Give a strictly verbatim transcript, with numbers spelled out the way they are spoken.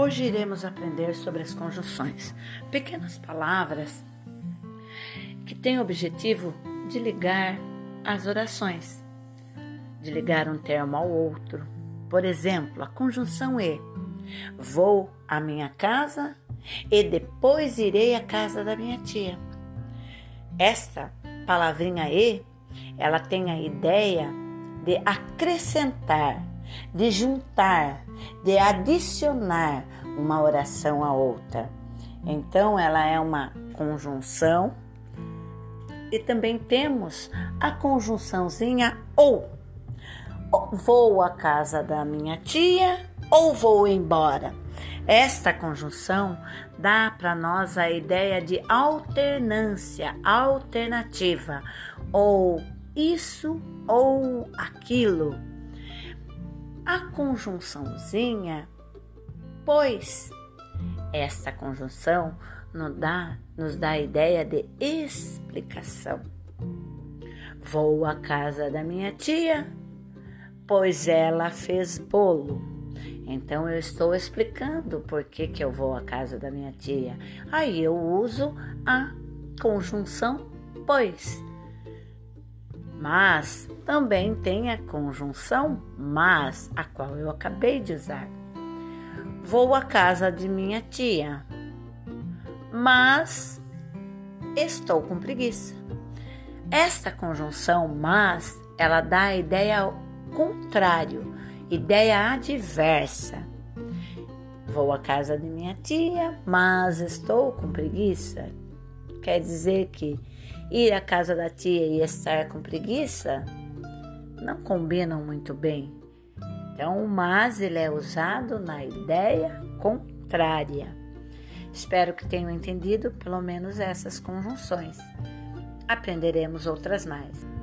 Hoje iremos aprender sobre as conjunções, pequenas palavras que têm o objetivo de ligar as orações, de ligar um termo ao outro. Por exemplo, a conjunção E. Vou à minha casa e depois irei à casa da minha tia. Esta palavrinha E, ela tem a ideia de acrescentar, de juntar, de adicionar uma oração a outra. Então, ela é uma conjunção. E também temos a conjunçãozinha ou. Vou à casa da minha tia ou vou embora. Esta conjunção dá para nós a ideia de alternância, alternativa, ou isso ou aquilo. A conjunçãozinha, pois, esta conjunção nos dá, nos dá a ideia de explicação. Vou à casa da minha tia, pois ela fez bolo. Então, eu estou explicando por que, que eu vou à casa da minha tia. Aí eu uso a conjunção pois. Mas também tem a conjunção mas, a qual eu acabei de usar. Vou à casa de minha tia, mas estou com preguiça. Esta conjunção mas, ela dá a ideia ao contrário, ideia adversa. Vou à casa de minha tia, mas estou com preguiça. Quer dizer que ir à casa da tia e estar com preguiça não combinam muito bem. Então, o mas ele é usado na ideia contrária. Espero que tenham entendido pelo menos essas conjunções. Aprenderemos outras mais.